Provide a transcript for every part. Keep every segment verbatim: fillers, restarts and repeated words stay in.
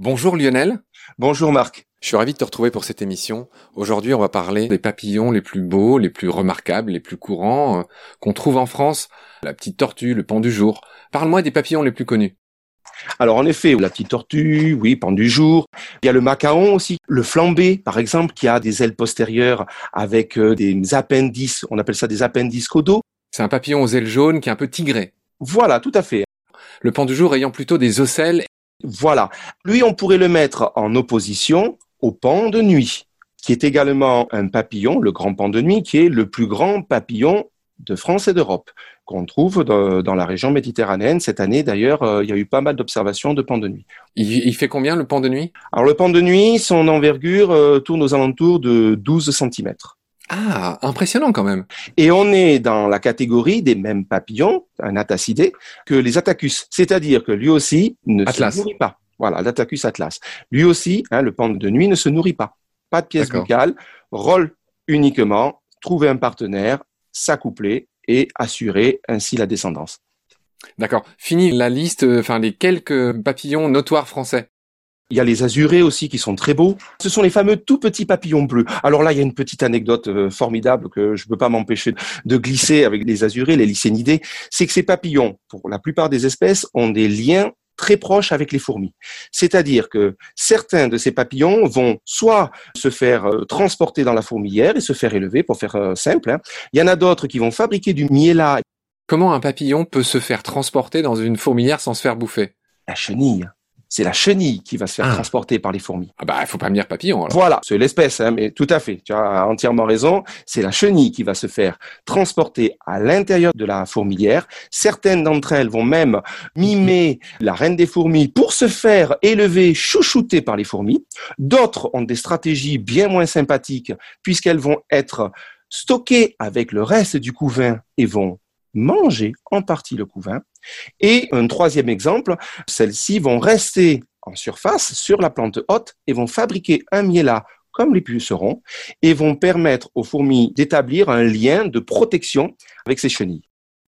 Bonjour Lionel. Bonjour Marc. Je suis ravi de te retrouver pour cette émission. Aujourd'hui, on va parler des papillons les plus beaux, les plus remarquables, les plus courants euh, qu'on trouve en France. La petite tortue, le pan du jour. Parle-moi des papillons les plus connus. Alors en effet, la petite tortue, oui, pan du jour. Il y a le macaon aussi, le flambé par exemple, qui a des ailes postérieures avec euh, des appendices, on appelle ça des appendices caudaux. C'est un papillon aux ailes jaunes qui est un peu tigré. Voilà, tout à fait. Le pan du jour ayant plutôt des ocelles. Voilà. Lui, on pourrait le mettre en opposition au pan de nuit, qui est également un papillon, le grand pan de nuit, qui est le plus grand papillon de France et d'Europe, qu'on trouve de, dans la région méditerranéenne. Cette année, d'ailleurs, euh, il y a eu pas mal d'observations de pan de nuit. Il, il fait combien le pan de nuit? Alors, le pan de nuit, son envergure euh, tourne aux alentours de douze centimètres. Ah, impressionnant quand même. Et on est dans la catégorie des mêmes papillons, un atacidé, que les Attacus. C'est-à-dire que lui aussi ne Atlas. se nourrit pas. Voilà, l'Attacus atlas. Lui aussi, hein, le pan de nuit ne se nourrit pas. Pas de pièce D'accord. buccale, rôle uniquement, trouver un partenaire, s'accoupler et assurer ainsi la descendance. D'accord. Fini la liste, euh, enfin les quelques papillons notoires français. Il y a les azurés aussi qui sont très beaux. Ce sont les fameux tout petits papillons bleus. Alors là, il y a une petite anecdote euh, formidable que je ne peux pas m'empêcher de glisser avec les azurés, les lycénidés. C'est que ces papillons, pour la plupart des espèces, ont des liens très proches avec les fourmis. C'est-à-dire que certains de ces papillons vont soit se faire euh, transporter dans la fourmilière et se faire élever, pour faire euh, simple, hein. Il y en a d'autres qui vont fabriquer du miella. Comment un papillon peut se faire transporter dans une fourmilière sans se faire bouffer? La chenille. C'est la chenille qui va se faire Ah. transporter par les fourmis. Ah bah, faut pas me dire papillon alors. Voilà, c'est l'espèce, hein, mais tout à fait, tu as entièrement raison. C'est la chenille qui va se faire transporter à l'intérieur de la fourmilière. Certaines d'entre elles vont même mimer la reine des fourmis pour se faire élever, chouchouter par les fourmis. D'autres ont des stratégies bien moins sympathiques puisqu'elles vont être stockées avec le reste du couvain et vont manger en partie le couvain. Et un troisième exemple, celles-ci vont rester en surface sur la plante haute et vont fabriquer un miella comme les pucerons et vont permettre aux fourmis d'établir un lien de protection avec ces chenilles.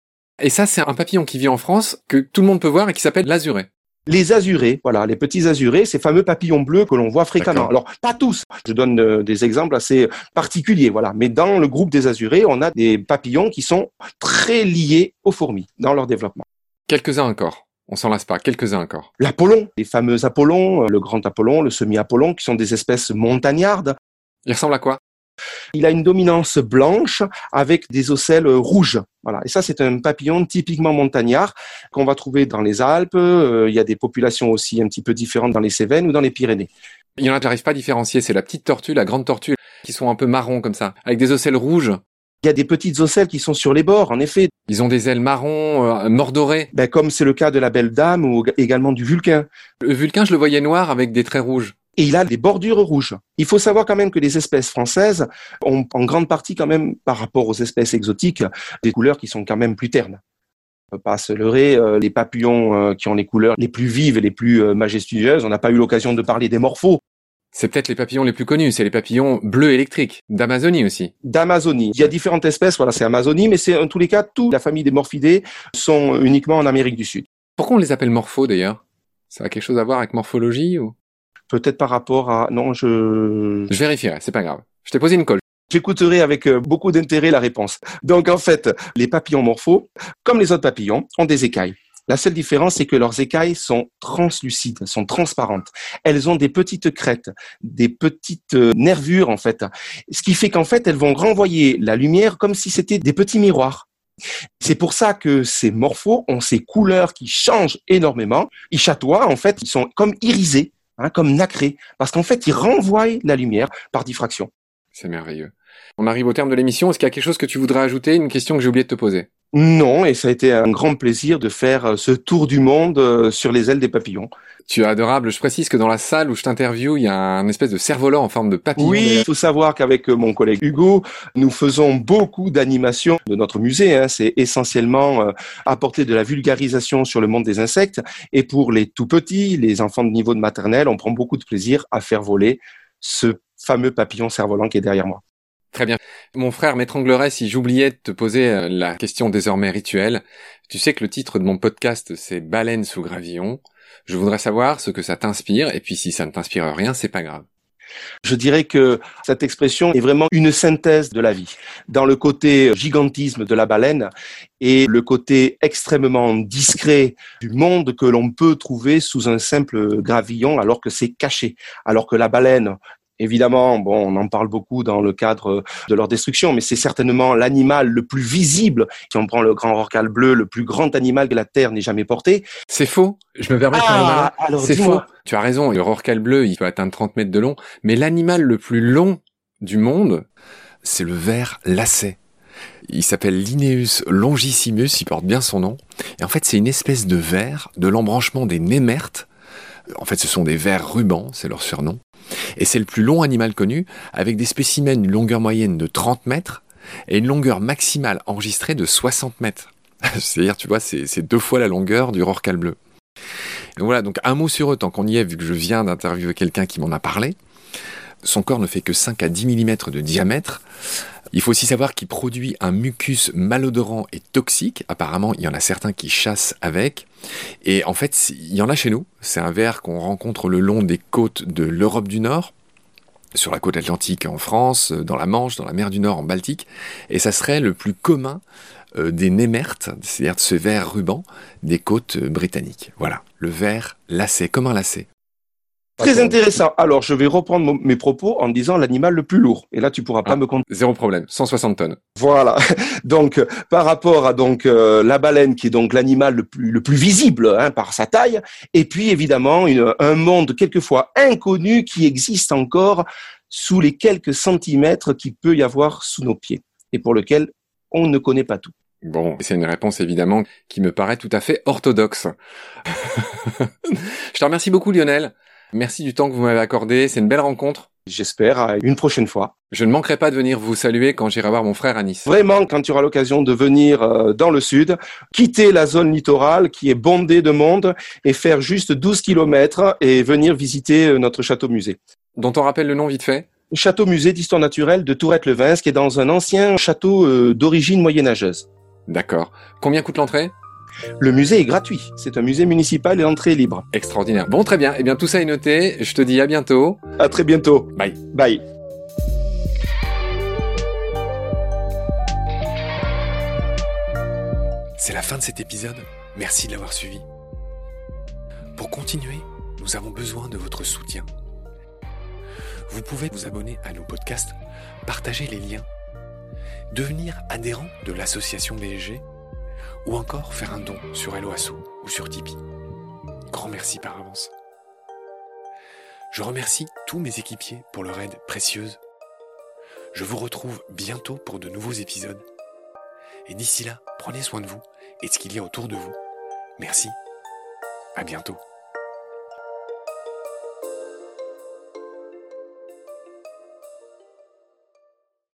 Et ça, c'est un papillon qui vit en France, que tout le monde peut voir et qui s'appelle l'azuré. Les azurés, voilà, les petits azurés, ces fameux papillons bleus que l'on voit fréquemment. D'accord. Alors, pas tous. Je donne euh, des exemples assez particuliers, voilà. Mais dans le groupe des azurés, on a des papillons qui sont très liés aux fourmis dans leur développement. Quelques-uns encore. On s'en lasse pas. Quelques-uns encore. L'Apollon, les fameux Apollons, le grand Apollon, le semi-Apollon, qui sont des espèces montagnardes. Il ressemble à quoi? Il a une dominance blanche avec des ocelles rouges. Voilà. Et ça, c'est un papillon typiquement montagnard qu'on va trouver dans les Alpes. Euh, il y a des populations aussi un petit peu différentes dans les Cévennes ou dans les Pyrénées. Il y en a que j'arrive pas à différencier. C'est la petite tortue, la grande tortue, qui sont un peu marrons comme ça, avec des ocelles rouges. Il y a des petites ocelles qui sont sur les bords, en effet. Ils ont des ailes marron, euh, mordorées. Ben, comme c'est le cas de la belle dame ou également du vulcain. Le vulcain, je le voyais noir avec des traits rouges. Et il a des bordures rouges. Il faut savoir quand même que les espèces françaises ont en grande partie quand même, par rapport aux espèces exotiques, des couleurs qui sont quand même plus ternes. On peut pas se leurrer, euh, les papillons euh, qui ont les couleurs les plus vives et les plus euh, majestueuses, on n'a pas eu l'occasion de parler des morphos. C'est peut-être les papillons les plus connus. C'est les papillons bleus électriques, d'Amazonie aussi. D'Amazonie. Il y a différentes espèces, voilà, c'est Amazonie, mais c'est en tous les cas, toute la famille des morphidés sont uniquement en Amérique du Sud. Pourquoi on les appelle morphos d'ailleurs? Ça a quelque chose à voir avec morphologie ou? Peut-être par rapport à... Non, je... Je vérifierai, c'est pas grave. Je t'ai posé une colle. J'écouterai avec beaucoup d'intérêt la réponse. Donc en fait, les papillons morphos, comme les autres papillons, ont des écailles. La seule différence, c'est que leurs écailles sont translucides, sont transparentes. Elles ont des petites crêtes, des petites nervures en fait. Ce qui fait qu'en fait, elles vont renvoyer la lumière comme si c'était des petits miroirs. C'est pour ça que ces morphos ont ces couleurs qui changent énormément. Ils chatoient, en fait, ils sont comme irisés, hein, comme nacrés, parce qu'en fait, ils renvoient la lumière par diffraction. C'est merveilleux. On arrive au terme de l'émission. Est-ce qu'il y a quelque chose que tu voudrais ajouter? Une question que j'ai oublié de te poser. Non, et ça a été un grand plaisir de faire ce tour du monde sur les ailes des papillons. Tu es adorable. Je précise que dans la salle où je t'interviewe, il y a un espèce de cerf-volant en forme de papillon. Oui, il faut savoir qu'avec mon collègue Hugo, nous faisons beaucoup d'animations de notre musée. Hein. C'est essentiellement euh, apporter de la vulgarisation sur le monde des insectes. Et pour les tout petits, les enfants de niveau de maternelle, on prend beaucoup de plaisir à faire voler ce fameux papillon cerf-volant qui est derrière moi. Très bien. Mon frère m'étranglerait si j'oubliais de te poser la question désormais rituelle. Tu sais que le titre de mon podcast, c'est Baleine sous gravillon. Je voudrais savoir ce que ça t'inspire, et puis si ça ne t'inspire rien, c'est pas grave. Je dirais que cette expression est vraiment une synthèse de la vie. Dans le côté gigantisme de la baleine et le côté extrêmement discret du monde que l'on peut trouver sous un simple gravillon alors que c'est caché. Alors que la baleine, évidemment, bon, on en parle beaucoup dans le cadre de leur destruction, mais c'est certainement l'animal le plus visible. Si on prend le grand rorqual bleu, le plus grand animal que la Terre n'ait jamais porté. C'est faux. Je me permets de faire le malin. Ah, alors C'est dis-moi. faux. Tu as raison. Le rorqual bleu, il peut atteindre trente mètres de long. Mais l'animal le plus long du monde, c'est le ver lacet. Il s'appelle Linnaeus longissimus. Il porte bien son nom. Et en fait, c'est une espèce de ver de l'embranchement des némertes. En fait, ce sont des vers rubans. C'est leur surnom. Et c'est le plus long animal connu, avec des spécimens d'une longueur moyenne de trente mètres et une longueur maximale enregistrée de soixante mètres. C'est-à-dire, tu vois, c'est, c'est deux fois la longueur du rorqual bleu. Donc voilà, donc un mot sur eux, tant qu'on y est, vu que je viens d'interviewer quelqu'un qui m'en a parlé. Son corps ne fait que cinq à dix millimètres de diamètre. Il faut aussi savoir qu'il produit un mucus malodorant et toxique. Apparemment, il y en a certains qui chassent avec. Et en fait, il y en a chez nous. C'est un ver qu'on rencontre le long des côtes de l'Europe du Nord, sur la côte atlantique en France, dans la Manche, dans la mer du Nord en Baltique. Et ça serait le plus commun euh, des némertes, c'est-à-dire de ce ver ruban des côtes euh, britanniques. Voilà, le ver lacet, comme un lacet. Très intéressant. Alors, je vais reprendre mon- mes propos en disant l'animal le plus lourd. Et là, tu pourras pas Ah, me compter. Zéro problème, cent soixante tonnes. Voilà. Donc, euh, par rapport à donc euh, la baleine, qui est donc l'animal le plus le plus visible hein, par sa taille, et puis évidemment une- un monde quelquefois inconnu qui existe encore sous les quelques centimètres qu'il peut y avoir sous nos pieds et pour lequel on ne connaît pas tout. Bon, c'est une réponse évidemment qui me paraît tout à fait orthodoxe. Je te remercie beaucoup Lionel. Merci du temps que vous m'avez accordé, c'est une belle rencontre. J'espère à une prochaine fois. Je ne manquerai pas de venir vous saluer quand j'irai voir mon frère à Nice. Vraiment, quand tu auras l'occasion de venir euh, dans le sud, quitter la zone littorale qui est bondée de monde et faire juste douze kilomètres et venir visiter euh, notre château-musée. Dont on rappelle le nom vite fait. Château-musée d'histoire naturelle de Tourette-le-Vin, qui est dans un ancien château euh, d'origine moyenâgeuse. D'accord. Combien coûte l'entrée ? Le musée est gratuit. C'est un musée municipal et l'entrée est libre. Extraordinaire. Bon, très bien. Eh bien, tout ça est noté. Je te dis à bientôt. À très bientôt. Bye. Bye. C'est la fin de cet épisode. Merci de l'avoir suivi. Pour continuer, nous avons besoin de votre soutien. Vous pouvez vous abonner à nos podcasts, partager les liens, devenir adhérent de l'association B S G ou encore faire un don sur Helloasso ou sur Tipeee. Grand merci par avance. Je remercie tous mes équipiers pour leur aide précieuse. Je vous retrouve bientôt pour de nouveaux épisodes. Et d'ici là, prenez soin de vous et de ce qu'il y a autour de vous. Merci. À bientôt.